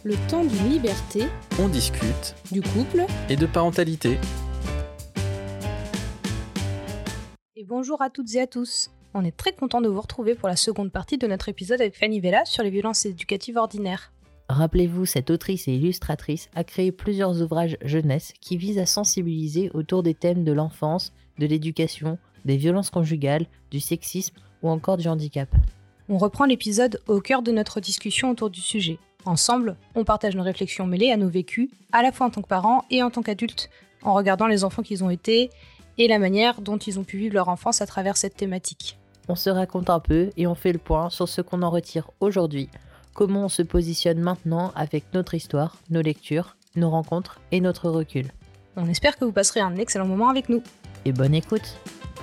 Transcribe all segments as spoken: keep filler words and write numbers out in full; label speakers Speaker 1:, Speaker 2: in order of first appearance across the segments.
Speaker 1: Le temps d'une liberté,
Speaker 2: On discute
Speaker 1: du couple.
Speaker 2: et de parentalité.
Speaker 1: Et bonjour à toutes et à tous. On est très content de vous retrouver pour la seconde partie de notre épisode avec Fanny Vella sur les violences éducatives ordinaires.
Speaker 3: Rappelez-vous, cette autrice et illustratrice a créé plusieurs ouvrages jeunesse qui visent à sensibiliser autour des thèmes de l'enfance, de l'éducation, des violences conjugales, du sexisme ou encore du handicap.
Speaker 1: On reprend l'épisode au cœur de notre discussion autour du sujet. Ensemble, on partage nos réflexions mêlées à nos vécus, à la fois en tant que parents et en tant qu'adultes, en regardant les enfants qu'ils ont été et la manière dont ils ont pu vivre leur enfance à travers cette thématique.
Speaker 3: On se raconte un peu et on fait le point sur ce qu'on en retire aujourd'hui, comment on se positionne maintenant avec notre histoire, nos lectures, nos rencontres et notre recul.
Speaker 1: On espère que vous passerez un excellent moment avec nous.
Speaker 3: Et bonne écoute!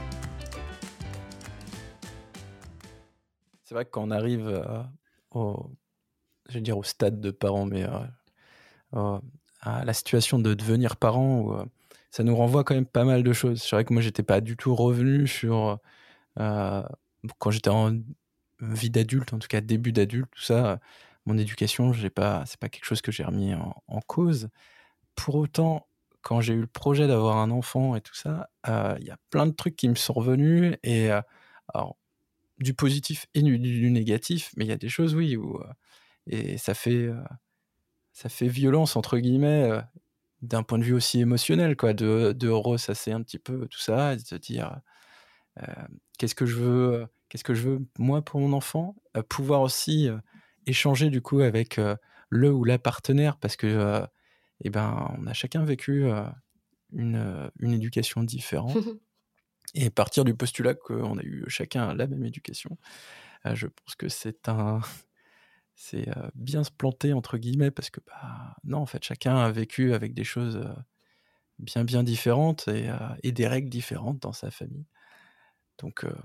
Speaker 2: C'est vrai que quand on arrive euh, au, je vais dire au stade de parents, mais euh, euh, à la situation de devenir parent, où, euh, ça nous renvoie quand même pas mal de choses. C'est vrai que moi, j'étais pas du tout revenu sur euh, quand j'étais en vie d'adulte, en tout cas début d'adulte, tout ça. euh, Mon éducation, j'ai pas, c'est pas quelque chose que j'ai remis en, en cause. Pour autant, quand j'ai eu le projet d'avoir un enfant et tout ça, euh, il y a plein de trucs qui me sont revenus et euh, alors du positif et du, du négatif, mais il y a des choses, oui, où, euh, et ça fait, euh, ça fait violence, entre guillemets, euh, d'un point de vue aussi émotionnel, quoi, de, de ressasser un petit peu tout ça, et de se dire, euh, qu'est-ce que je veux, euh, qu'est-ce que je veux, moi, pour mon enfant, Euh, pouvoir aussi euh, échanger, du coup, avec euh, le ou la partenaire, parce que, euh, eh ben, on a chacun vécu euh, une, euh, une éducation différente, et partir du postulat qu'on a eu chacun la même éducation, euh, je pense que c'est un... c'est euh, bien se planter, entre guillemets, parce que, bah, non, en fait, chacun a vécu avec des choses euh, bien, bien différentes et, euh, et des règles différentes dans sa famille. Donc, euh,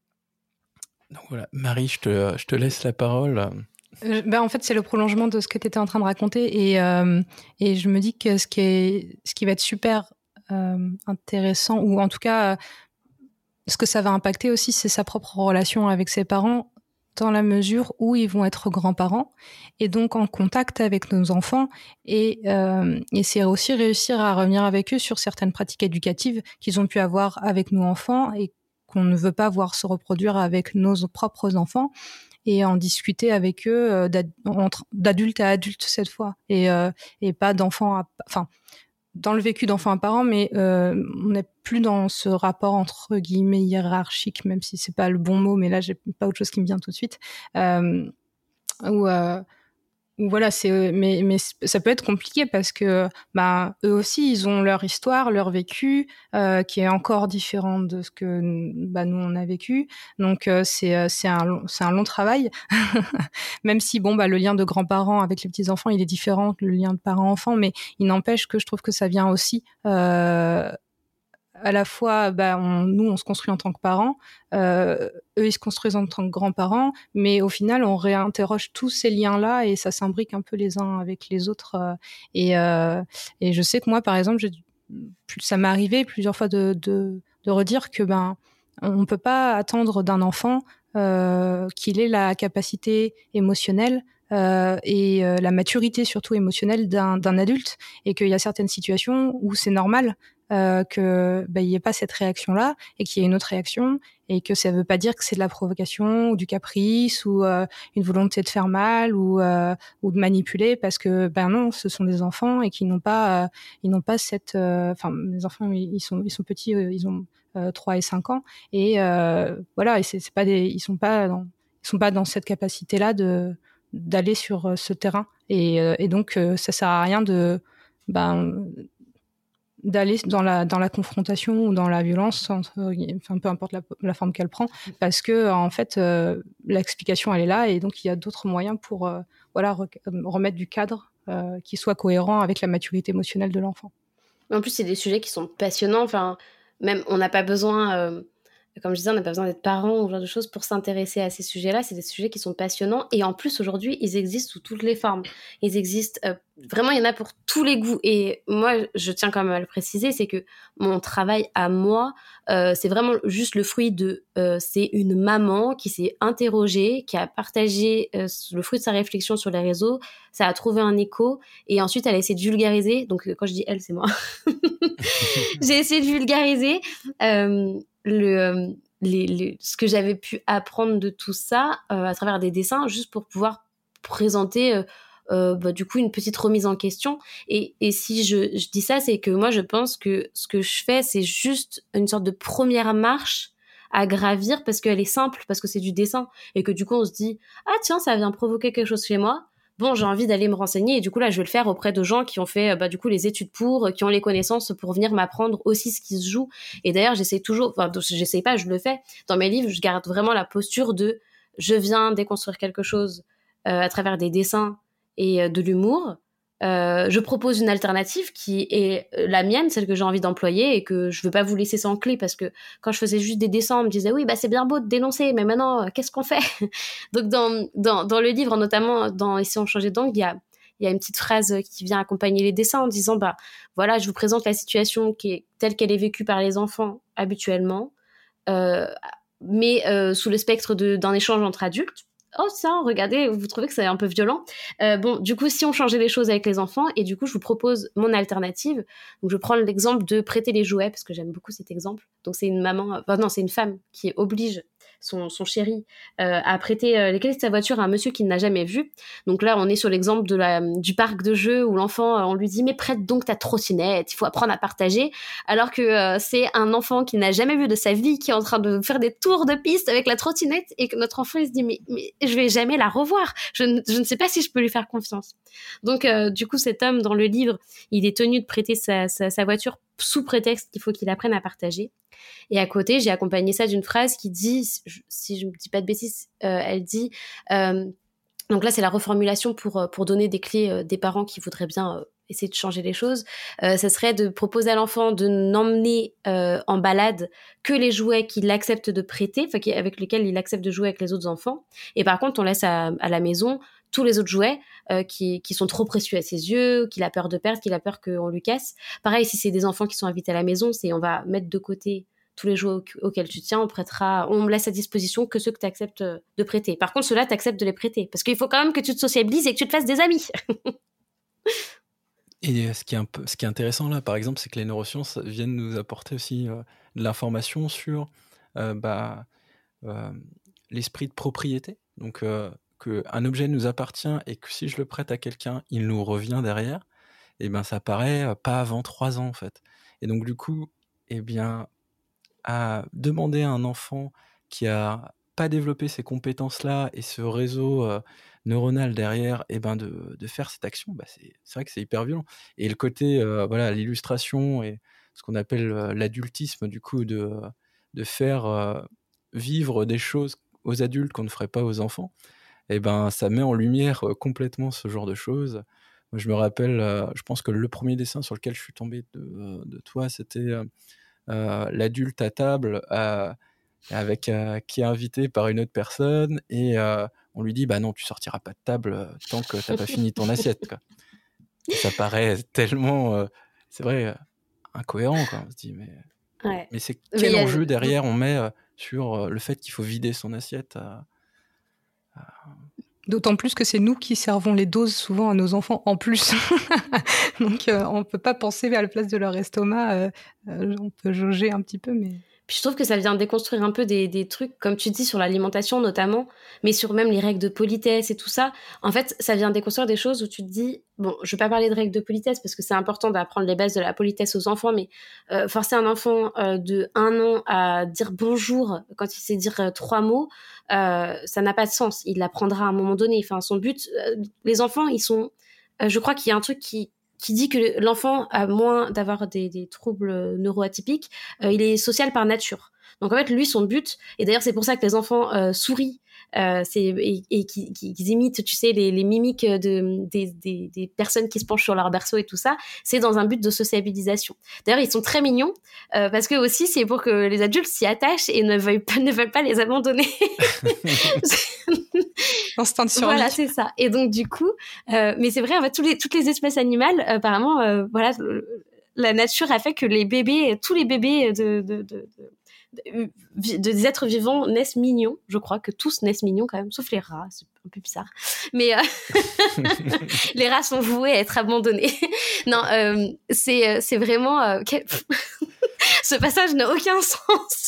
Speaker 2: donc voilà, Marie, je te, je te laisse la parole.
Speaker 1: Euh, bah, en fait, c'est le prolongement de ce que tu étais en train de raconter. Et, euh, et je me dis que ce qui, est, ce qui va être super euh, intéressant, ou en tout cas, euh, ce que ça va impacter aussi, c'est sa propre relation avec ses parents, dans la mesure où ils vont être grands-parents et donc en contact avec nos enfants. Et, euh, et c'est aussi réussir à revenir avec eux sur certaines pratiques éducatives qu'ils ont pu avoir avec nos enfants et qu'on ne veut pas voir se reproduire avec nos propres enfants, et en discuter avec eux euh, d'ad- entre- d'adulte à adulte cette fois, et, euh, et pas d'enfant à... Enfin, dans le vécu d'enfant à parent, mais euh, on n'est plus dans ce rapport entre guillemets hiérarchique, même si c'est pas le bon mot, mais là j'ai pas autre chose qui me vient tout de suite. Euh, où, euh, où voilà, c'est mais mais ça peut être compliqué parce que bah eux aussi ils ont leur histoire, leur vécu euh, qui est encore différent de ce que bah nous on a vécu. Donc euh, c'est c'est un long- c'est un long travail. Même si bon bah le lien de grands-parents avec les petits enfants il est différent que le lien de parents-enfants, mais il n'empêche que je trouve que ça vient aussi euh, à la fois bah on, nous on se construit en tant que parents, euh, eux ils se construisent en tant que grands-parents, mais au final on réinterroge tous ces liens-là et ça s'imbrique un peu les uns avec les autres. euh, et euh, et je sais que moi par exemple j'ai, ça m'est arrivé plusieurs fois de de, de redire que ben on peut pas attendre d'un enfant euh, qu'il ait la capacité émotionnelle euh, et euh, la maturité surtout émotionnelle d'un, d'un adulte, et qu'il y a certaines situations où c'est normal euh, que bah, il y ait pas cette réaction-là et qu'il y ait une autre réaction, et que ça veut pas dire que c'est de la provocation ou du caprice ou euh, une volonté de faire mal ou euh, ou de manipuler, parce que ben non, ce sont des enfants et qu'ils n'ont pas euh, ils n'ont pas cette enfin euh, les enfants ils sont ils sont petits, euh, ils ont euh, trois et cinq ans, et euh, voilà, et c'est, c'est pas des ils sont pas dans ils sont pas dans cette capacité-là de d'aller sur euh, ce terrain, et, euh, et donc euh, ça sert à rien de ben d'aller dans la dans la confrontation ou dans la violence, entre, enfin peu importe la, la forme qu'elle prend, parce que en fait euh, l'explication elle est là, et donc il y a d'autres moyens pour euh, voilà re- remettre du cadre euh, qui soit cohérent avec la maturité émotionnelle de l'enfant.
Speaker 4: En plus, c'est des sujets qui sont passionnants. Enfin, même, on n'a pas besoin euh, Comme je disais, on n'a pas besoin d'être parent ou ce genre de choses pour s'intéresser à ces sujets-là. C'est des sujets qui sont passionnants. Et en plus, aujourd'hui, ils existent sous toutes les formes. Ils existent... Euh, vraiment, il y en a pour tous les goûts. Et moi, je tiens quand même à le préciser, c'est que mon travail à moi, euh, c'est vraiment juste le fruit de... Euh, c'est une maman qui s'est interrogée, qui a partagé euh, le fruit de sa réflexion sur les réseaux. Ça a trouvé un écho. Et ensuite, elle a essayé de vulgariser. Donc, quand je dis elle, c'est moi. J'ai essayé de vulgariser... Euh, Le, les, les, ce que j'avais pu apprendre de tout ça euh, à travers des dessins, juste pour pouvoir présenter euh, euh, bah, du coup une petite remise en question. Et, et si je, je dis ça, c'est que moi je pense que ce que je fais, c'est juste une sorte de première marche à gravir, parce qu'elle est simple, parce que c'est du dessin, et que du coup on se dit « Ah tiens, ça vient provoquer quelque chose chez moi ». Bon, j'ai envie d'aller me renseigner, et du coup là je vais le faire auprès de gens qui ont fait bah, du coup les études pour, qui ont les connaissances pour venir m'apprendre aussi ce qui se joue. Et d'ailleurs j'essaie toujours, enfin j'essaie pas, je le fais dans mes livres, je garde vraiment la posture de je viens déconstruire quelque chose euh, à travers des dessins et euh, de l'humour. Euh, je propose une alternative qui est la mienne, celle que j'ai envie d'employer, et que je veux pas vous laisser sans clé, parce que quand je faisais juste des dessins, on me disait oui bah c'est bien beau de dénoncer, mais maintenant qu'est-ce qu'on fait? Donc dans, dans, dans le livre, notamment dans Ici on changeait d'angle, il y a, il y a une petite phrase qui vient accompagner les dessins en disant bah voilà, je vous présente la situation qui est telle qu'elle est vécue par les enfants habituellement, euh, mais euh, sous le spectre de, d'un échange entre adultes. Oh tiens, regardez, vous trouvez que c'est un peu violent. Euh, bon, du coup, si on changeait les choses avec les enfants, et du coup, je vous propose mon alternative. Donc, je prends l'exemple de prêter les jouets, parce que j'aime beaucoup cet exemple. Donc, c'est une maman, enfin non, c'est une femme qui oblige son, son chéri euh, à prêter euh, les clés de sa voiture à un monsieur qu'il n'a jamais vu. Donc là, on est sur l'exemple de la, du parc de jeux où l'enfant, euh, on lui dit « Mais prête donc ta trottinette, il faut apprendre à partager », alors que euh, c'est un enfant qui n'a jamais vu de sa vie, qui est en train de faire des tours de piste avec la trottinette, et que notre enfant, il se dit « Mais, mais je vais jamais la revoir, je ne, je ne sais pas si je peux lui faire confiance ». Donc, euh, du coup, cet homme, dans le livre, il est tenu de prêter sa, sa, sa voiture sous prétexte qu'il faut qu'il apprenne à partager. Et à côté, j'ai accompagné ça d'une phrase qui dit, si je ne dis pas de bêtises, euh, elle dit... Euh, donc là, c'est la reformulation pour, pour donner des clés euh, des parents qui voudraient bien... Euh, essayer de changer les choses, euh, ça serait de proposer à l'enfant de n'emmener euh, en balade que les jouets qu'il accepte de prêter, enfin avec lesquels il accepte de jouer avec les autres enfants. Et par contre, on laisse à, à la maison tous les autres jouets euh, qui, qui sont trop précieux à ses yeux, qu'il a peur de perdre, qu'il a peur qu'on lui casse. Pareil, si c'est des enfants qui sont invités à la maison, c'est on va mettre de côté tous les jouets au- auxquels tu tiens, on prêtera, on me laisse à disposition que ceux que tu acceptes de prêter. Par contre, ceux-là, tu acceptes de les prêter, parce qu'il faut quand même que tu te sociabilises et que tu te fasses des amis.
Speaker 2: Et ce qui est un peu, ce qui est intéressant là, par exemple, c'est que les neurosciences viennent nous apporter aussi euh, de l'information sur euh, bah, euh, l'esprit de propriété. Donc, euh, qu'un objet nous appartient et que si je le prête à quelqu'un, il nous revient derrière. Et ben, ça paraît euh, pas avant trois ans en fait. Et donc du coup, eh bien, à demander à un enfant qui a pas développé ces compétences-là et ce réseau euh, neuronal derrière, eh ben de, de faire cette action, bah c'est, c'est vrai que c'est hyper violent. Et le côté, euh, voilà, l'illustration et ce qu'on appelle euh, l'adultisme, du coup, de, de faire euh, vivre des choses aux adultes qu'on ne ferait pas aux enfants, eh ben ça met en lumière euh, complètement ce genre de choses. Moi, je me rappelle, euh, je pense que le premier dessin sur lequel je suis tombé de, de toi, c'était euh, euh, l'adulte à table euh, avec euh, qui est invité par une autre personne et euh, on lui dit bah non, tu sortiras pas de table euh, tant que t'as pas fini ton assiette, quoi. Et ça paraît tellement, euh, c'est vrai, euh, incohérent, quoi. On se dit mais
Speaker 4: Ouais.
Speaker 2: mais c'est
Speaker 4: Mais
Speaker 2: quel
Speaker 4: il y a-
Speaker 2: enjeu derrière on met euh, sur euh, le fait qu'il faut vider son assiette. euh,
Speaker 1: D'autant plus que c'est nous qui servons les doses souvent à nos enfants en plus. Donc euh, on peut pas penser à la place de leur estomac. euh, euh, on peut jauger un petit peu, mais...
Speaker 4: Puis je trouve que ça vient déconstruire un peu des, des trucs, comme tu dis, sur l'alimentation notamment, mais sur même les règles de politesse et tout ça. En fait, ça vient déconstruire des choses où tu te dis, bon, je vais pas parler de règles de politesse parce que c'est important d'apprendre les bases de la politesse aux enfants, mais euh, forcer un enfant euh, de un an à dire bonjour quand il sait dire euh, trois mots, euh, ça n'a pas de sens. Il l'apprendra à un moment donné. Enfin, son but, euh, les enfants, ils sont... euh, je crois qu'il y a un truc qui qui dit que l'enfant, à moins d'avoir des, des troubles neuroatypiques, euh, il est social par nature. Donc en fait, lui, son but, et d'ailleurs c'est pour ça que les enfants euh, sourient euh, c'est, et, et qui, qui, qui imitent, tu sais, les, les mimiques de, des, des, des personnes qui se penchent sur leur berceau et tout ça, c'est dans un but de sociabilisation. D'ailleurs, ils sont très mignons, euh, parce que aussi, c'est pour que les adultes s'y attachent et ne veulent pas, ne veulent pas les abandonner.
Speaker 1: Instinct de survie.
Speaker 4: Voilà, c'est ça. Et donc, du coup, euh, mais c'est vrai, en fait, tous les, toutes les espèces animales, euh, apparemment, euh, voilà, le, la nature a fait que les bébés, tous les bébés de, de, de, de, de, des êtres vivants naissent mignons. Je crois que tous naissent mignons quand même, sauf les rats, c'est un peu bizarre. Mais euh, les rats sont voués à être abandonnés. Non, euh, c'est, c'est vraiment... Euh, quel... Ce passage n'a aucun sens.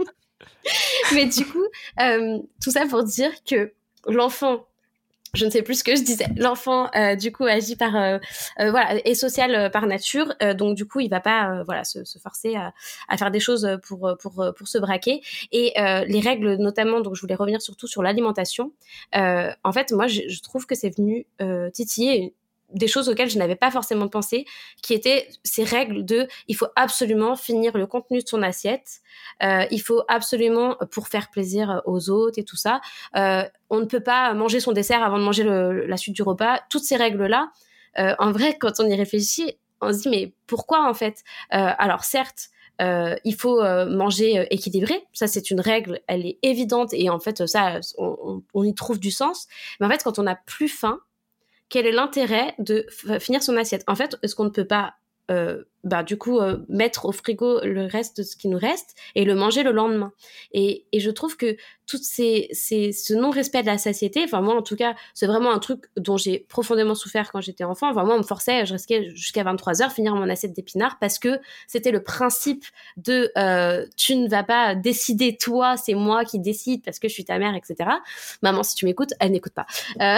Speaker 4: Mais du coup, euh, tout ça pour dire que l'enfant... Je ne sais plus ce que je disais. L'enfant, euh, du coup, agit par, euh, euh, voilà, est social euh, par nature, euh, donc du coup, il va pas, euh, voilà, se, se forcer à, à faire des choses pour pour pour se braquer. Et euh, les règles, notamment, donc je voulais revenir surtout sur l'alimentation. Euh, en fait, moi, je, je trouve que c'est venu euh, titiller des choses auxquelles je n'avais pas forcément pensé, qui étaient ces règles de il faut absolument finir le contenu de son assiette, euh, il faut absolument, pour faire plaisir aux autres et tout ça, euh, on ne peut pas manger son dessert avant de manger le, la suite du repas. Toutes ces règles-là, euh, en vrai, quand on y réfléchit, on se dit mais pourquoi en fait euh, alors certes, Euh, il faut euh, manger euh, équilibré, ça c'est une règle, elle est évidente et en fait ça on, on, on y trouve du sens, mais en fait quand on n'a plus faim, quel est l'intérêt de f- finir son assiette? En fait, est-ce qu'on ne peut pas, euh, bah, du coup, euh, mettre au frigo le reste de ce qui nous reste et le manger le lendemain? Et, et je trouve que tout ces, ces, ce non-respect de la satiété, enfin moi en tout cas, c'est vraiment un truc dont j'ai profondément souffert quand j'étais enfant. Enfin moi, on me forçait, je restais jusqu'à vingt-trois heures finir mon assiette d'épinards parce que c'était le principe de euh, tu ne vas pas décider toi, c'est moi qui décide parce que je suis ta mère, et cetera. Maman, si tu m'écoutes, elle n'écoute pas. Euh...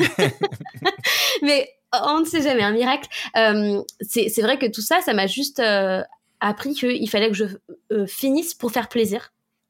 Speaker 4: Mais on ne sait jamais, un miracle. Euh, c'est, c'est vrai que tout ça, ça m'a juste euh, appris qu'il fallait que je euh, finisse pour faire plaisir.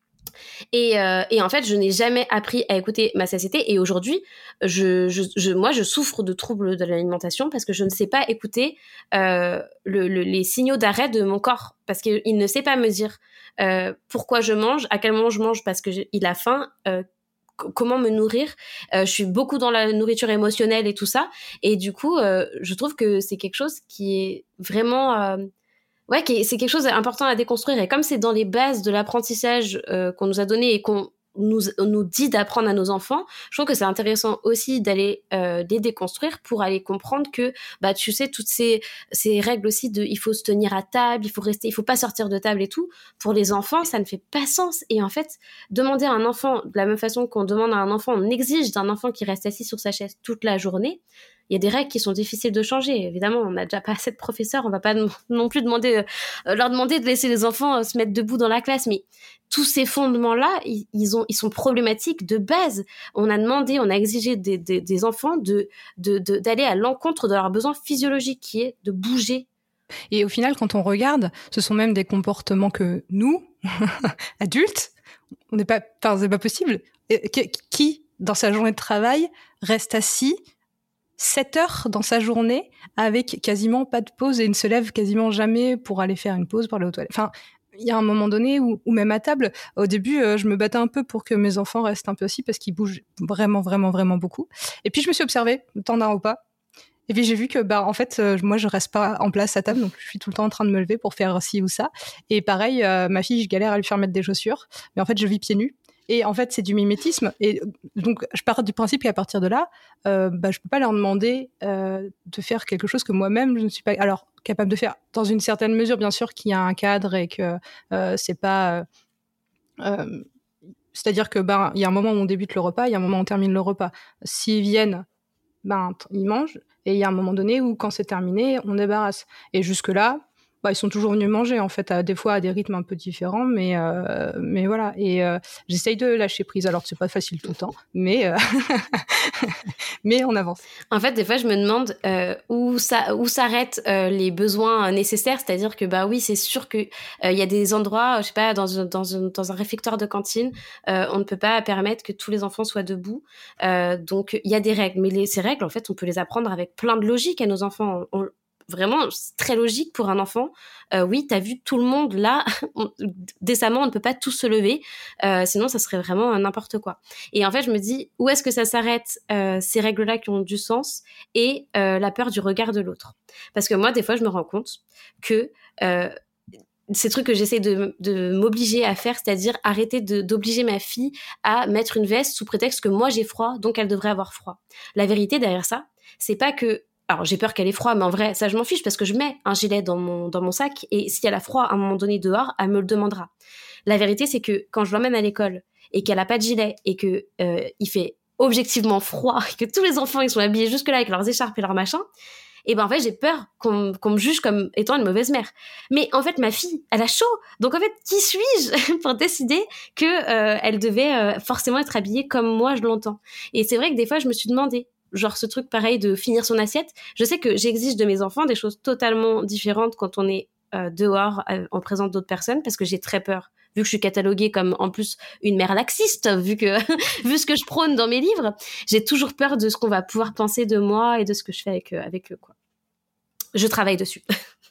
Speaker 4: Et, euh, et en fait, je n'ai jamais appris à écouter ma satiété. Et aujourd'hui, je, je, je, moi, je souffre de troubles de l'alimentation parce que je ne sais pas écouter euh, le, le, les signaux d'arrêt de mon corps. Parce qu'il ne sait pas me dire euh, pourquoi je mange, à quel moment je mange parce qu'il a faim, euh, comment me nourrir. Euh, je suis beaucoup dans la nourriture émotionnelle et tout ça. Et du coup, euh, je trouve que c'est quelque chose qui est vraiment... Euh, ouais, qui est, c'est quelque chose d'important à déconstruire. Et comme c'est dans les bases de l'apprentissage euh, qu'on nous a donné et qu'on nous, on nous dit d'apprendre à nos enfants, je trouve que c'est intéressant aussi d'aller euh, les déconstruire pour aller comprendre que, bah, tu sais, toutes ces, ces règles aussi de il faut se tenir à table, il faut rester, il faut pas sortir de table et tout. Pour les enfants, ça ne fait pas sens. Et en fait, demander à un enfant, de la même façon qu'on demande à un enfant, on exige d'un enfant qui reste assis sur sa chaise toute la journée, il y a des règles qui sont difficiles de changer. Évidemment, on n'a déjà pas assez de professeurs, on va pas non plus demander, euh, leur demander de laisser les enfants euh, se mettre debout dans la classe, mais tous ces fondements-là, ils, ils, ont, ils sont problématiques de base. On a demandé, on a exigé des, des, des enfants de, de, de, d'aller à l'encontre de leur besoin physiologique qui est de bouger.
Speaker 1: Et au final, quand on regarde, ce sont même des comportements que nous, adultes, on n'est pas, enfin, c'est pas possible. Qui, dans sa journée de travail, reste assis sept heures dans sa journée avec quasiment pas de pause et ne se lève quasiment jamais pour aller faire une pause pour aller aux toilettes. Enfin, il y a un moment donné où, où même à table, au début, euh, je me battais un peu pour que mes enfants restent un peu assis parce qu'ils bougent vraiment, vraiment, vraiment beaucoup. Et puis, je me suis observée le temps d'un repas. Et puis, j'ai vu que, bah, en fait, euh, moi, je reste pas en place à table, donc je suis tout le temps en train de me lever pour faire ci ou ça. Et pareil, euh, ma fille, je galère à lui faire mettre des chaussures, mais en fait, je vis pieds nus. Et en fait, c'est du mimétisme. Et donc, je pars du principe qu'à partir de là, euh, bah, je peux pas leur demander euh, de faire quelque chose que moi-même, je ne suis pas alors capable de faire. Dans une certaine mesure, bien sûr, qu'il y a un cadre et que euh, c'est pas... Euh, euh, c'est-à-dire que ben, il y a un moment où on débute le repas, il y a un moment où on termine le repas. S'ils viennent, ben, ils mangent. Et il y a un moment donné où, quand c'est terminé, on débarrasse. Et jusque-là, bah, ils sont toujours venus manger, en fait, à, des fois à des rythmes un peu différents, mais, euh, mais voilà. Et euh, j'essaye de lâcher prise, alors que c'est pas facile tout le temps, mais, euh, mais on avance.
Speaker 4: En fait, des fois, je me demande euh, où, ça, où s'arrêtent euh, les besoins nécessaires, c'est-à-dire que, bah oui, c'est sûr qu'il euh, y a des endroits, je sais pas, dans, dans, un, dans un réfectoire de cantine, euh, on ne peut pas permettre que tous les enfants soient debout. Euh, donc, il y a des règles, mais les, ces règles, en fait, on peut les apprendre avec plein de logique à nos enfants. On, vraiment, c'est très logique pour un enfant. Euh, oui, t'as vu tout le monde là, on, décemment, on ne peut pas tous se lever, euh, sinon ça serait vraiment n'importe quoi. Et en fait, je me dis, où est-ce que ça s'arrête, euh, ces règles-là qui ont du sens, et euh, la peur du regard de l'autre. Parce que moi, des fois, je me rends compte que euh, ces trucs que j'essaie de, de m'obliger à faire, c'est-à-dire arrêter de, d'obliger ma fille à mettre une veste sous prétexte que moi j'ai froid, donc elle devrait avoir froid. La vérité derrière ça, c'est pas que... Alors, j'ai peur qu'elle ait froid, mais en vrai, ça, je m'en fiche parce que je mets un gilet dans mon, dans mon sac et si elle a froid à un moment donné dehors, elle me le demandera. La vérité, c'est que quand je l'emmène à l'école et qu'elle a pas de gilet et que euh, il fait objectivement froid, que tous les enfants ils sont habillés jusque-là avec leurs écharpes et leurs machins, et ben en fait j'ai peur qu'on, qu'on me juge comme étant une mauvaise mère. Mais en fait ma fille elle a chaud, donc en fait qui suis-je pour décider que euh, elle devait euh, forcément être habillée comme moi je l'entends. Et c'est vrai que des fois je me suis demandé, genre ce truc pareil de finir son assiette, je sais que j'exige de mes enfants des choses totalement différentes quand on est euh, dehors euh, en présence d'autres personnes, parce que j'ai très peur, vu que je suis cataloguée comme en plus une mère laxiste, vu que vu ce que je prône dans mes livres, j'ai toujours peur de ce qu'on va pouvoir penser de moi et de ce que je fais avec eux, avec eux quoi. Je travaille dessus.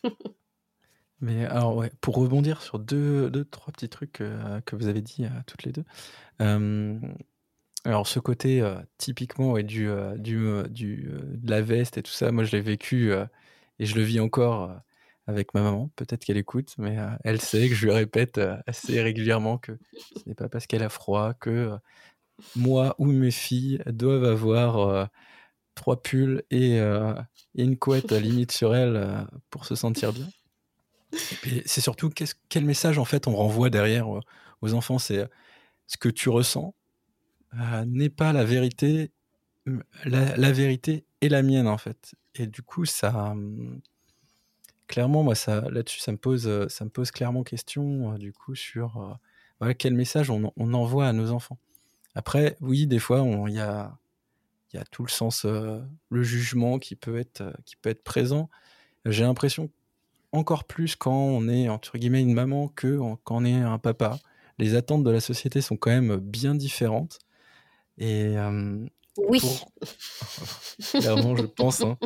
Speaker 2: Mais alors, ouais, pour rebondir sur deux, deux trois petits trucs euh, que vous avez dit euh, toutes les deux. Euh, alors, ce côté euh, typiquement ouais, du, euh, du, euh, du, euh, de la veste et tout ça, moi je l'ai vécu euh, et je le vis encore euh, avec ma maman. Peut-être qu'elle écoute, mais euh, elle sait que je lui répète euh, assez régulièrement que ce n'est pas parce qu'elle a froid que euh, moi ou mes filles doivent avoir euh, trois pulls et, euh, et une couette à limite sur elles euh, pour se sentir bien. Et puis, c'est surtout qu'est-ce, quel message en fait on renvoie derrière euh, aux enfants. C'est euh, ce que tu ressens euh, n'est pas la vérité. La, la vérité est la mienne en fait. Et du coup, ça, hum, clairement, moi, ça, là-dessus, ça me pose, euh, ça me pose clairement question euh, du coup sur euh, voilà, quel message on, on envoie à nos enfants. Après, oui, des fois, il y a, y a tout le sens, euh, le jugement qui peut être, euh, qui peut être présent. J'ai l'impression encore plus quand on est entre guillemets une maman que en- quand on est un papa. Les attentes de la société sont quand même bien différentes. Et euh,
Speaker 4: Oui.
Speaker 2: pour clairement, je pense. Hein.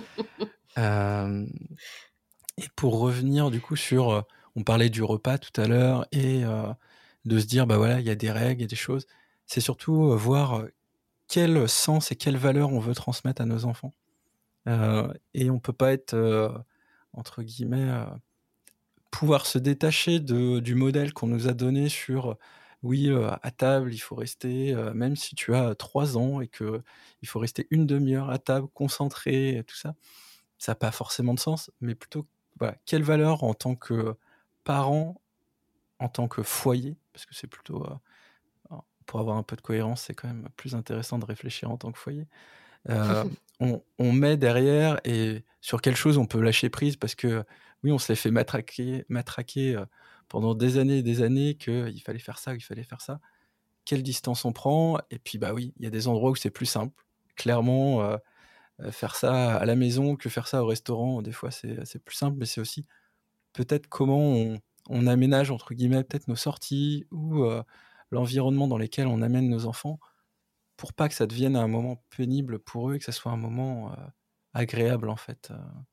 Speaker 2: Euh, et pour revenir du coup sur, euh, on parlait du repas tout à l'heure et euh, de se dire bah voilà, il y a des règles, il y a des choses. C'est surtout euh, voir euh, quel sens et quelle valeur on veut transmettre à nos enfants. Euh, et on peut pas être euh, entre guillemets euh, pouvoir se détacher de, du modèle qu'on nous a donné sur euh, oui, euh, à table, il faut rester, euh, même si tu as trois ans et que il faut rester une demi-heure à table, concentré, et tout ça. Ça n'a pas forcément de sens, mais plutôt, voilà, quelle valeur en tant que parent, en tant que foyer, parce que c'est plutôt, euh, pour avoir un peu de cohérence, c'est quand même plus intéressant de réfléchir en tant que foyer. Euh, on, on met derrière et sur quelle chose on peut lâcher prise parce que oui, on s'est fait matraquer, matraquer euh, pendant des années et des années qu'il fallait faire ça, qu'il fallait faire ça. Quelle distance on prend? Et puis bah oui, il y a des endroits où c'est plus simple. Clairement, euh, faire ça à la maison que faire ça au restaurant, des fois c'est, c'est plus simple, mais c'est aussi peut-être comment on, on aménage entre guillemets peut-être nos sorties ou euh, l'environnement dans lequel on amène nos enfants pour pas que ça devienne un moment pénible pour eux et que ça soit un moment euh, agréable en fait.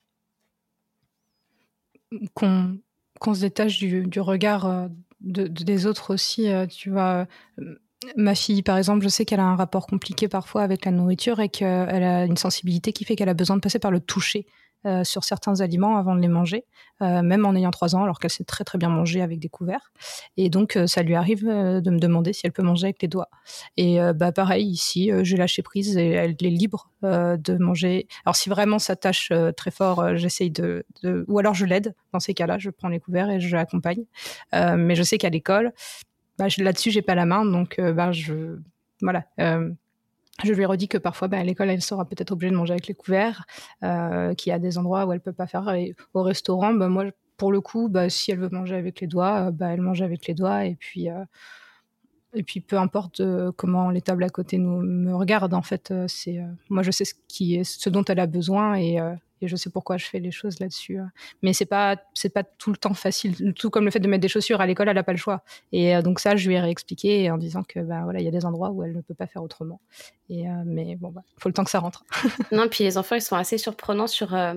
Speaker 1: Qu'on, qu'on se détache du, du regard euh, de, de- des autres aussi, euh, tu vois. Euh, Ma fille, par exemple, je sais qu'elle a un rapport compliqué parfois avec la nourriture et qu'elle a une sensibilité qui fait qu'elle a besoin de passer par le toucher euh, sur certains aliments avant de les manger, euh, même en ayant trois ans, alors qu'elle sait très très bien manger avec des couverts. Et donc, euh, ça lui arrive euh, de me demander si elle peut manger avec les doigts. Et euh, bah pareil, ici, euh, j'ai lâché prise et elle est libre euh, de manger. Alors, si vraiment ça tâche euh, très fort, euh, j'essaye de, de... Ou alors je l'aide. Dans ces cas-là, je prends les couverts et je l'accompagne. Euh, mais je sais qu'à l'école, bah, je- là-dessus, j'ai pas la main, donc euh, bah, je, voilà. Euh, je lui ai redit que parfois, bah, à l'école, elle sera peut-être obligée de manger avec les couverts, euh, qu'il y a des endroits où elle peut pas faire. Et au restaurant, bah, moi, pour le coup, bah, si elle veut manger avec les doigts, euh, bah, elle mange avec les doigts, et puis, euh, et puis peu importe euh, comment les tables à côté nous me regardent, en fait, euh, c'est, euh, moi, je sais ce qui est, ce dont elle a besoin, et euh, et je sais pourquoi je fais les choses là-dessus. euh. Mais c'est pas, c'est pas tout le temps facile. Tout comme le fait de mettre des chaussures à l'école, elle a pas le choix. Et euh, donc ça, je lui ai réexpliqué en disant que bah voilà, il y a des endroits où elle ne peut pas faire autrement. Et euh, mais bon, bah, faut le temps que ça rentre.
Speaker 4: Non, puis les enfants, ils sont assez surprenants sur euh,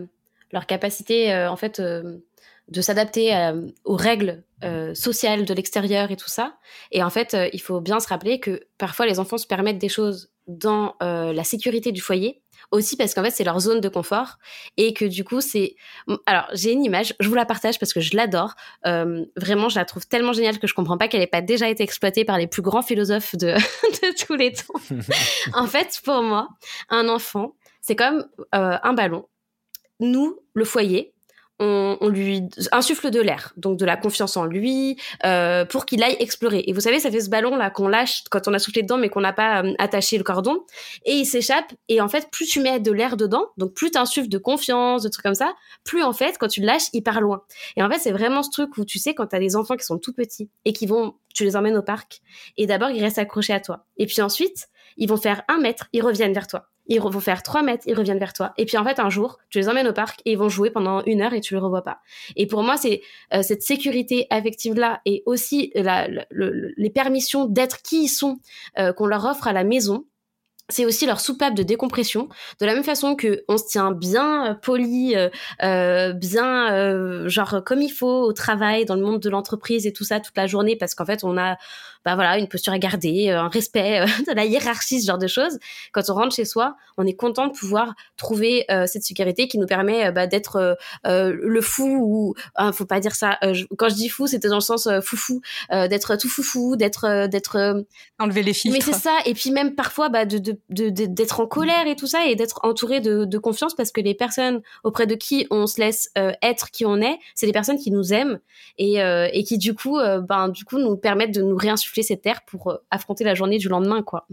Speaker 4: leur capacité euh, en fait euh, de s'adapter euh, aux règles euh, sociales de l'extérieur et tout ça. Et en fait, euh, il faut bien se rappeler que parfois les enfants se permettent des choses dans euh, la sécurité du foyer, aussi parce qu'en fait c'est leur zone de confort et que du coup c'est... Alors j'ai une image, je vous la partage parce que je l'adore, euh, vraiment je la trouve tellement géniale que je comprends pas qu'elle ait pas déjà été exploitée par les plus grands philosophes de, de tous les temps. En fait, pour moi, un enfant, c'est comme euh, un ballon. Nous, le foyer, on, on lui insuffle de l'air, donc de la confiance en lui, euh, pour qu'il aille explorer. Et vous savez, ça fait ce ballon-là qu'on lâche quand on a soufflé dedans, mais qu'on n'a pas euh, attaché le cordon, et il s'échappe. Et en fait, plus tu mets de l'air dedans, donc plus tu insuffles de confiance, de trucs comme ça, plus en fait, quand tu le lâches, il part loin. Et en fait, c'est vraiment ce truc où tu sais, quand t'as des enfants qui sont tout petits et qui vont, tu les emmènes au parc, et d'abord, ils restent accrochés à toi. Et puis ensuite, ils vont faire un mètre, ils reviennent vers toi. Ils vont faire trois mètres, ils reviennent vers toi. Et puis en fait, un jour, tu les emmènes au parc et ils vont jouer pendant une heure et tu les revois pas. Et pour moi, c'est euh, cette sécurité affective-là et aussi la, la, le, les permissions d'être qui ils sont euh, qu'on leur offre à la maison. C'est aussi leur soupape de décompression, de la même façon que on se tient bien euh, poli, euh, euh, bien euh, genre comme il faut au travail, dans le monde de l'entreprise et tout ça toute la journée, parce qu'en fait on a bah voilà une posture à garder, euh, un respect euh, de la hiérarchie, ce genre de choses. Quand on rentre chez soi, on est content de pouvoir trouver euh, cette sécurité qui nous permet euh, bah, d'être euh, euh, le fou ou euh, faut pas dire ça. Euh, je, quand je dis fou, c'était dans le sens euh, foufou, euh, d'être tout foufou, d'être euh, d'être euh,
Speaker 1: enlever les filtres.
Speaker 4: Mais c'est ça, et puis même parfois bah de, de De, de, d'être en colère et tout ça, et d'être entouré de, de confiance, parce que les personnes auprès de qui on se laisse euh, être qui on est, c'est des personnes qui nous aiment et, euh, et qui du coup, euh, ben, du coup nous permettent de nous réinsuffler cet air pour euh, affronter la journée du lendemain, quoi.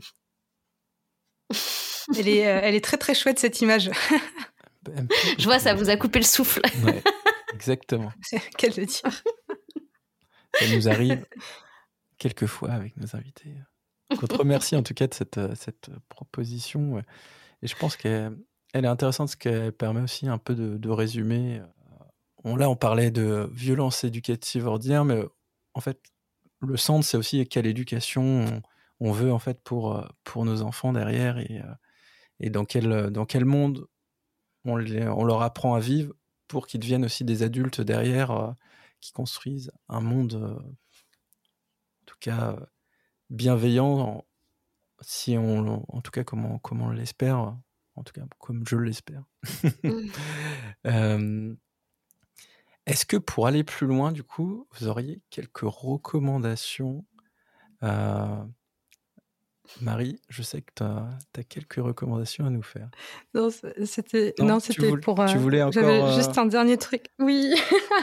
Speaker 1: Elle est, euh, elle est très très chouette cette image.
Speaker 4: Je vois, ça vous a coupé le souffle.
Speaker 2: Ouais, exactement.
Speaker 1: Qu'elle le dire.
Speaker 2: Ça nous arrive quelquefois avec nos invités. On te remercie en tout cas de cette, cette proposition. Et je pense qu'elle elle est intéressante parce qu'elle permet aussi un peu de, de résumer. On, là, on parlait de violence éducative ordinaire, mais en fait, le centre, c'est aussi quelle éducation on, on veut en fait pour, pour nos enfants derrière et, et dans, quel, dans quel monde on, les, on leur apprend à vivre pour qu'ils deviennent aussi des adultes derrière qui construisent un monde, en tout cas, bienveillant, si on, en tout cas comme on, comme on l'espère, en tout cas comme je l'espère. mmh. euh, est-ce que pour aller plus loin, du coup, vous auriez quelques recommandations euh, Marie, je sais que tu as quelques recommandations à nous faire.
Speaker 1: Non, c'était, non, non, c'était
Speaker 2: voulais,
Speaker 1: pour...
Speaker 2: Tu voulais encore...
Speaker 1: J'avais
Speaker 2: euh...
Speaker 1: juste un dernier truc. Oui.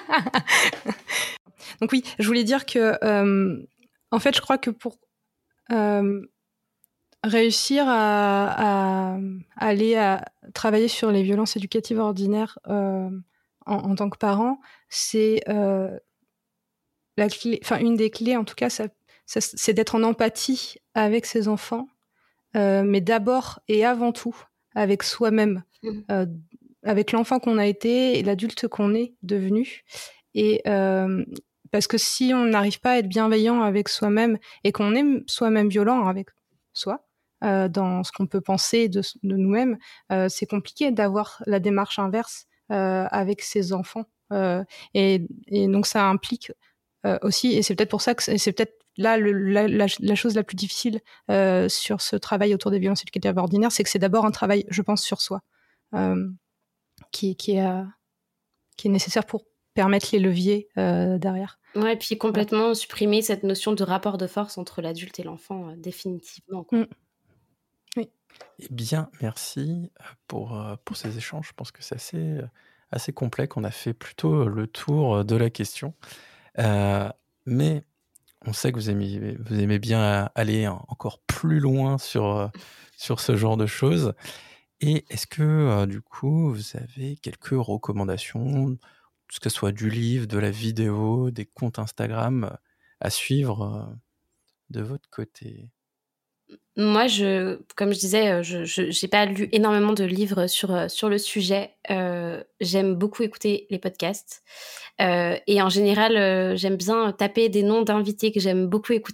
Speaker 1: Donc oui, je voulais dire que, euh, en fait, je crois que pour euh, réussir à, à, à aller à travailler sur les violences éducatives ordinaires euh, en, en tant que parent, c'est euh, la clé, enfin une des clés, en tout cas, ça, ça, c'est d'être en empathie avec ses enfants, euh, mais d'abord et avant tout avec soi-même, mmh. euh, avec l'enfant qu'on a été et l'adulte qu'on est devenu. Et euh, parce que si on n'arrive pas à être bienveillant avec soi-même et qu'on est soi-même violent avec soi, euh, dans ce qu'on peut penser de, de nous-mêmes, euh, c'est compliqué d'avoir la démarche inverse euh, avec ses enfants. Euh, et, et donc ça implique euh, aussi, et c'est peut-être pour ça que c'est, c'est peut-être là le, la, la, la chose la plus difficile euh, sur ce travail autour des violences éducatives ordinaires, c'est que c'est d'abord un travail, je pense, sur soi, euh, qui, qui, est, euh, qui est nécessaire pour permettre les leviers euh, derrière.
Speaker 4: Ouais, et puis complètement ouais. supprimer cette notion de rapport de force entre l'adulte et l'enfant, euh, définitivement. Quoi.
Speaker 1: Mmh. Oui.
Speaker 2: Eh bien, merci pour, pour ces échanges. Je pense que c'est assez, assez complet, qu'on a fait plutôt le tour de la question. Euh, mais on sait que vous aimez, vous aimez bien aller encore plus loin sur, sur ce genre de choses. Et est-ce que, euh, du coup, vous avez quelques recommandations, que ce soit du livre, de la vidéo, des comptes Instagram à suivre euh, de votre côté?
Speaker 4: Moi, je, comme je disais, je n'ai pas lu énormément de livres sur, sur le sujet. Euh, j'aime beaucoup écouter les podcasts. Euh, et en général, euh, j'aime bien taper des noms d'invités que j'aime beaucoup écouter.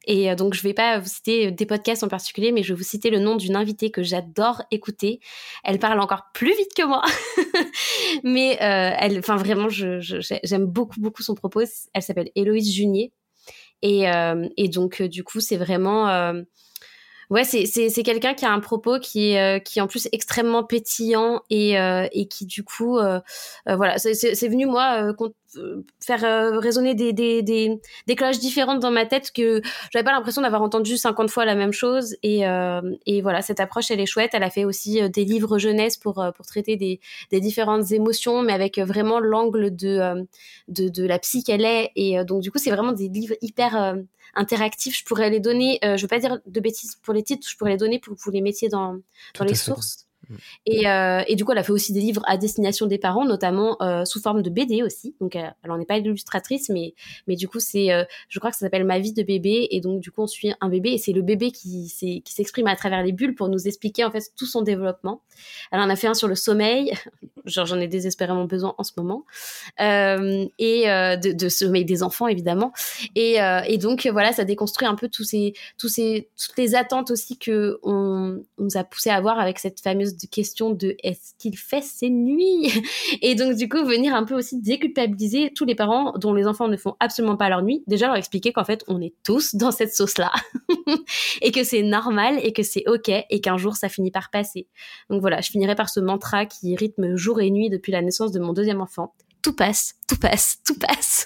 Speaker 4: Et euh, donc, je vais pas vous citer des podcasts en particulier, mais je vais vous citer le nom d'une invitée que j'adore écouter. Elle parle encore plus vite que moi. mais euh, elle, enfin, vraiment, je, je, j'aime beaucoup, beaucoup son propos. Elle s'appelle Héloïse Junier. Et, euh, et donc, euh, du coup, c'est vraiment... Euh, ouais, c'est, c'est, c'est quelqu'un qui a un propos qui est, euh, qui est en plus extrêmement pétillant et, euh, et qui, du coup... Euh, euh, voilà, c'est, c'est, c'est venu, moi, euh, con- faire euh, résonner des, des, des, des cloches différentes dans ma tête que j'avais pas l'impression d'avoir entendu cinquante fois la même chose. Et, euh, et voilà, cette approche, elle est chouette. Elle a fait aussi euh, des livres jeunesse pour, euh, pour traiter des, des différentes émotions, mais avec euh, vraiment l'angle de, euh, de, de la psy qu'elle est. Et euh, donc, du coup, c'est vraiment des livres hyper euh, interactifs. Je pourrais les donner, euh, je veux pas dire de bêtises pour les titres, je pourrais les donner pour que vous les mettiez dans, dans les sources. Et, euh, et du coup, elle a fait aussi des livres à destination des parents, notamment euh, sous forme de B D aussi. Donc, euh, elle n'en est pas illustratrice, mais, mais du coup, c'est, euh, je crois que ça s'appelle Ma vie de bébé. Et donc, du coup, on suit un bébé et c'est le bébé qui, c'est, qui s'exprime à travers les bulles pour nous expliquer en fait tout son développement. Elle en a fait un sur le sommeil. Genre, j'en ai désespérément besoin en ce moment. Euh, et euh, de, de sommeil des enfants, évidemment. Et, euh, et donc, voilà, ça déconstruit un peu tous ces, tous ces, toutes les attentes aussi que on, on nous a poussé à avoir avec cette fameuse de question de est-ce qu'il fait ses nuits, et donc du coup venir un peu aussi déculpabiliser tous les parents dont les enfants ne font absolument pas leur nuit, déjà leur expliquer qu'en fait on est tous dans cette sauce là et que c'est normal et que c'est ok et qu'un jour ça finit par passer. Donc voilà, je finirai par ce mantra qui rythme jour et nuit depuis la naissance de mon deuxième enfant: tout passe, tout passe, tout passe.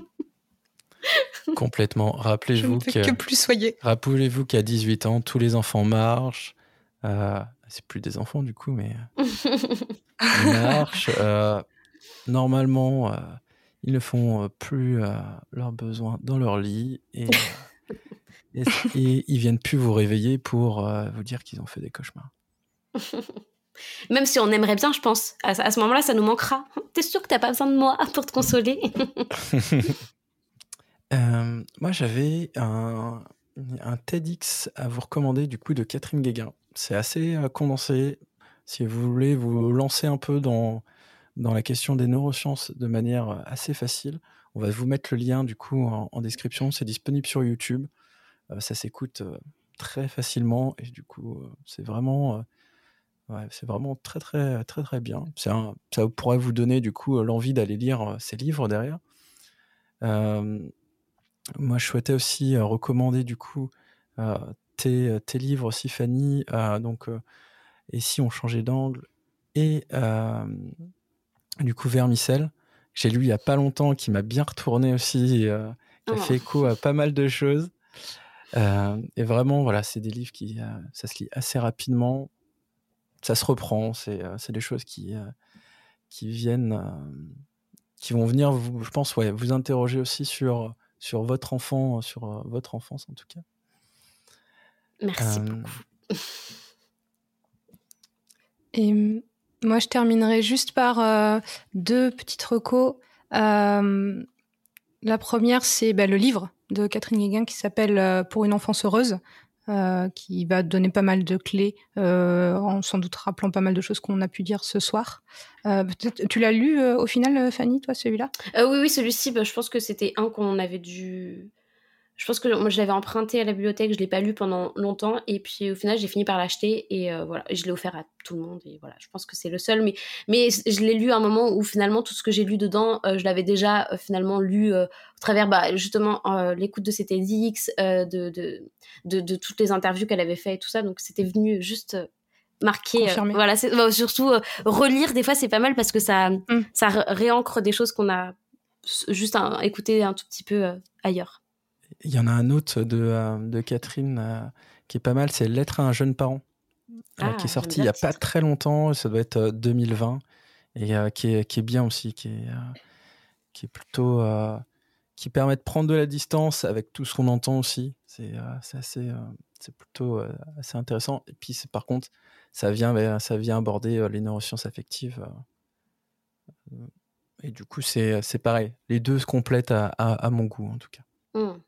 Speaker 2: Complètement. Rappelez-vous
Speaker 1: Je ne
Speaker 2: que,
Speaker 1: fais que plus soyer.
Speaker 2: Rappelez-vous qu'à dix-huit ans, tous les enfants marchent. Euh, c'est plus des enfants du coup, mais ils marchent. Euh, normalement, euh, ils ne font euh, plus euh, leurs besoins dans leur lit et, euh, et, et ils viennent plus vous réveiller pour euh, vous dire qu'ils ont fait des cauchemars.
Speaker 4: Même si on aimerait bien, je pense. À, à ce moment-là, ça nous manquera. T'es sûr que t'as pas besoin de moi pour te consoler?
Speaker 2: euh, Moi, j'avais un, un TEDx à vous recommander du coup de Catherine Guéguin. C'est assez euh, condensé. Si vous voulez vous lancer un peu dans, dans la question des neurosciences de manière assez facile, on va vous mettre le lien du coup en, en description. C'est disponible sur YouTube. Euh, ça s'écoute euh, très facilement et du coup, euh, c'est vraiment, euh, ouais, c'est vraiment très très très très bien. C'est un, ça pourrait vous donner du coup l'envie d'aller lire euh, ces livres derrière. Euh, moi, je souhaitais aussi euh, recommander du coup euh, tes, tes livres aussi, Fanny. Euh, donc, euh, et si on changeait d'angle et euh, du coup Vermicelle, que j'ai lu il y a pas longtemps, qui m'a bien retourné aussi, euh, qui a
Speaker 4: Oh.
Speaker 2: fait écho à pas mal de choses. Euh, et vraiment, voilà, c'est des livres qui, euh, ça se lit assez rapidement, ça se reprend, c'est, euh, c'est des choses qui, euh, qui viennent, euh, qui vont venir, vous, je pense, ouais, vous interroger aussi sur, sur votre enfant, sur euh, votre enfance en tout cas.
Speaker 4: Merci
Speaker 2: Euh,
Speaker 4: beaucoup.
Speaker 1: Et moi, je terminerai juste par euh, deux petites recos. Euh, la première, c'est bah, le livre de Catherine Guéguin qui s'appelle euh, Pour une enfance heureuse, euh, qui va donner pas mal de clés, euh, en sans doute rappelant pas mal de choses qu'on a pu dire ce soir. Euh, peut-être, tu l'as lu euh, au final, Fanny, toi, celui-là?
Speaker 4: Euh, oui, oui, celui-ci, bah, je pense que c'était un qu'on avait dû... Je pense que moi, je l'avais emprunté à la bibliothèque, je ne l'ai pas lu pendant longtemps, et puis au final, j'ai fini par l'acheter, et euh, voilà, je l'ai offert à tout le monde, et voilà, je pense que c'est le seul, mais, mais je l'ai lu à un moment où finalement, tout ce que j'ai lu dedans, euh, je l'avais déjà euh, finalement lu euh, au travers, bah, justement, euh, l'écoute de ses TEDx, euh, de, de, de, de toutes les interviews qu'elle avait fait et tout ça, donc c'était venu juste... Euh, marquer, euh, voilà, c'est, bah, surtout euh, relire, des fois, c'est pas mal parce que ça, mm. ça réancre des choses qu'on a juste à écouter un tout petit peu euh, ailleurs.
Speaker 2: Il y en a un autre de, euh, de Catherine euh, qui est pas mal, c'est Lettre à un jeune parent, ah, euh, qui est sorti il n'y a pas très longtemps, ça doit être euh, deux mille vingt, et euh, qui, est, qui est bien aussi, qui est, euh, qui est plutôt... Euh, qui permet de prendre de la distance avec tout ce qu'on entend aussi. C'est, euh, c'est, assez, euh, c'est plutôt euh, assez intéressant. Et puis, c'est, par contre, ça vient, ça vient aborder euh, les neurosciences affectives. Euh, et du coup, c'est, c'est pareil. Les deux se complètent à, à, à mon goût, en tout cas.
Speaker 4: Mm.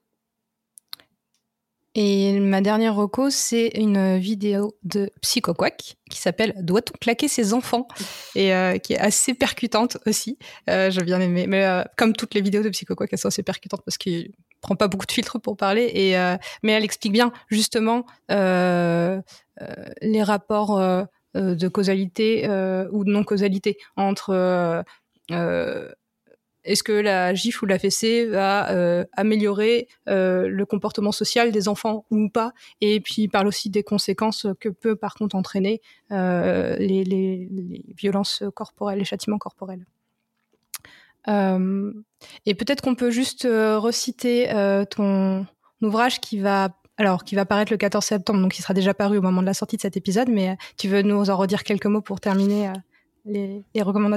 Speaker 1: Et ma dernière reco, c'est une vidéo de Psychoquack qui s'appelle « Doit-on claquer ses enfants ?» et euh, qui est assez percutante aussi. Euh, j'ai bien aimé. Mais euh, comme toutes les vidéos de Psychoquack, elles sont assez percutantes parce qu'il prend pas beaucoup de filtres pour parler, et, euh, mais elle explique bien justement euh, euh, les rapports euh, de causalité euh, ou de non-causalité entre euh, euh, est-ce que la gifle ou la fessée va euh, améliorer euh, le comportement social des enfants ou pas, et puis il parle aussi des conséquences que peut par contre entraîner euh, les, les, les violences corporelles, les châtiments corporels. Euh, et peut-être qu'on peut juste euh, reciter euh, ton ouvrage qui va, alors, qui va paraître le quatorze septembre, donc il sera déjà paru au moment de la sortie de cet épisode, mais euh, tu veux nous en redire quelques mots pour terminer euh, les, les recommandations ?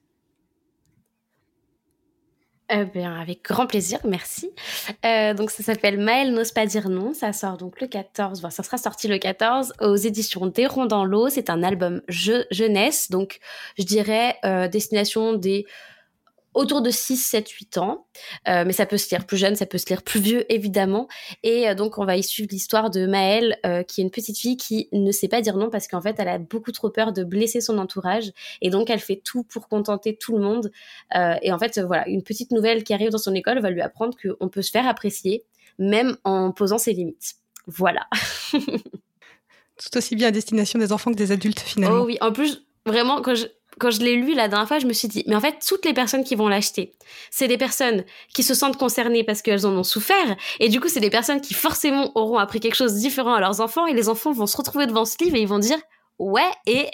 Speaker 4: Euh, bien, avec grand plaisir, merci. Euh, donc ça s'appelle Maëlle n'ose pas dire non, ça sort donc le quatorze, bon, ça sera sorti le quatorze aux éditions Des Ronds dans l'eau. C'est un album je- jeunesse, donc je dirais euh, destination des autour de six, sept, huit ans, euh, mais ça peut se lire plus jeune, ça peut se lire plus vieux, évidemment. Et euh, donc, on va y suivre l'histoire de Maëlle, euh, qui est une petite fille qui ne sait pas dire non parce qu'en fait, elle a beaucoup trop peur de blesser son entourage. Et donc, elle fait tout pour contenter tout le monde. Euh, et en fait, euh, voilà, une petite nouvelle qui arrive dans son école va lui apprendre qu'on peut se faire apprécier, même en posant ses limites. Voilà.
Speaker 1: Tout aussi bien à destination des enfants que des adultes, finalement.
Speaker 4: Oh oui, en plus, vraiment, quand je... Quand je l'ai lu la dernière fois, je me suis dit, mais en fait, toutes les personnes qui vont l'acheter, c'est des personnes qui se sentent concernées parce qu'elles en ont souffert. Et du coup, c'est des personnes qui forcément auront appris quelque chose de différent à leurs enfants. Et les enfants vont se retrouver devant ce livre et ils vont dire, ouais, et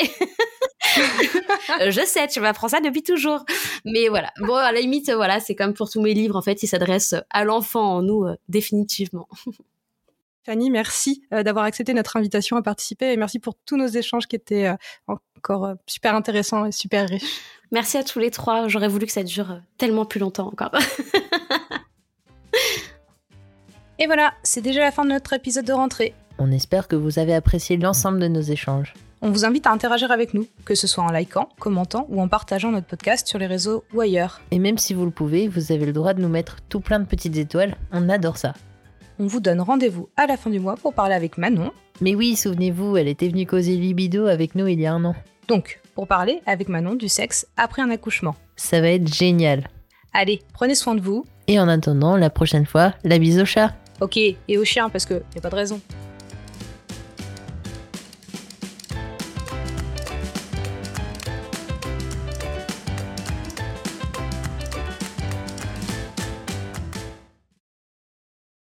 Speaker 4: je sais, tu m'apprends ça depuis toujours. Mais voilà, bon, à la limite, voilà, c'est comme pour tous mes livres, en fait, ils s'adressent à l'enfant en nous, euh, définitivement.
Speaker 1: Fanny, merci euh, d'avoir accepté notre invitation à participer et merci pour tous nos échanges qui étaient euh, encore euh, super intéressants et super riches.
Speaker 4: Merci à tous les trois. J'aurais voulu que ça dure euh, tellement plus longtemps encore.
Speaker 1: Et voilà, c'est déjà la fin de notre épisode de rentrée.
Speaker 3: On espère que vous avez apprécié l'ensemble de nos échanges.
Speaker 1: On vous invite à interagir avec nous, que ce soit en likant, commentant ou en partageant notre podcast sur les réseaux ou ailleurs.
Speaker 3: Et même si vous le pouvez, vous avez le droit de nous mettre tout plein de petites étoiles. On adore ça.
Speaker 1: On vous donne rendez-vous à la fin du mois pour parler avec Manon.
Speaker 3: Mais oui, souvenez-vous, elle était venue causer libido avec nous il y a un an.
Speaker 1: Donc, pour parler avec Manon du sexe après un accouchement.
Speaker 3: Ça va être génial.
Speaker 1: Allez, prenez soin de vous.
Speaker 3: Et en attendant, la prochaine fois, la bise au chat.
Speaker 1: Ok, et au chien, parce que y a pas de raison.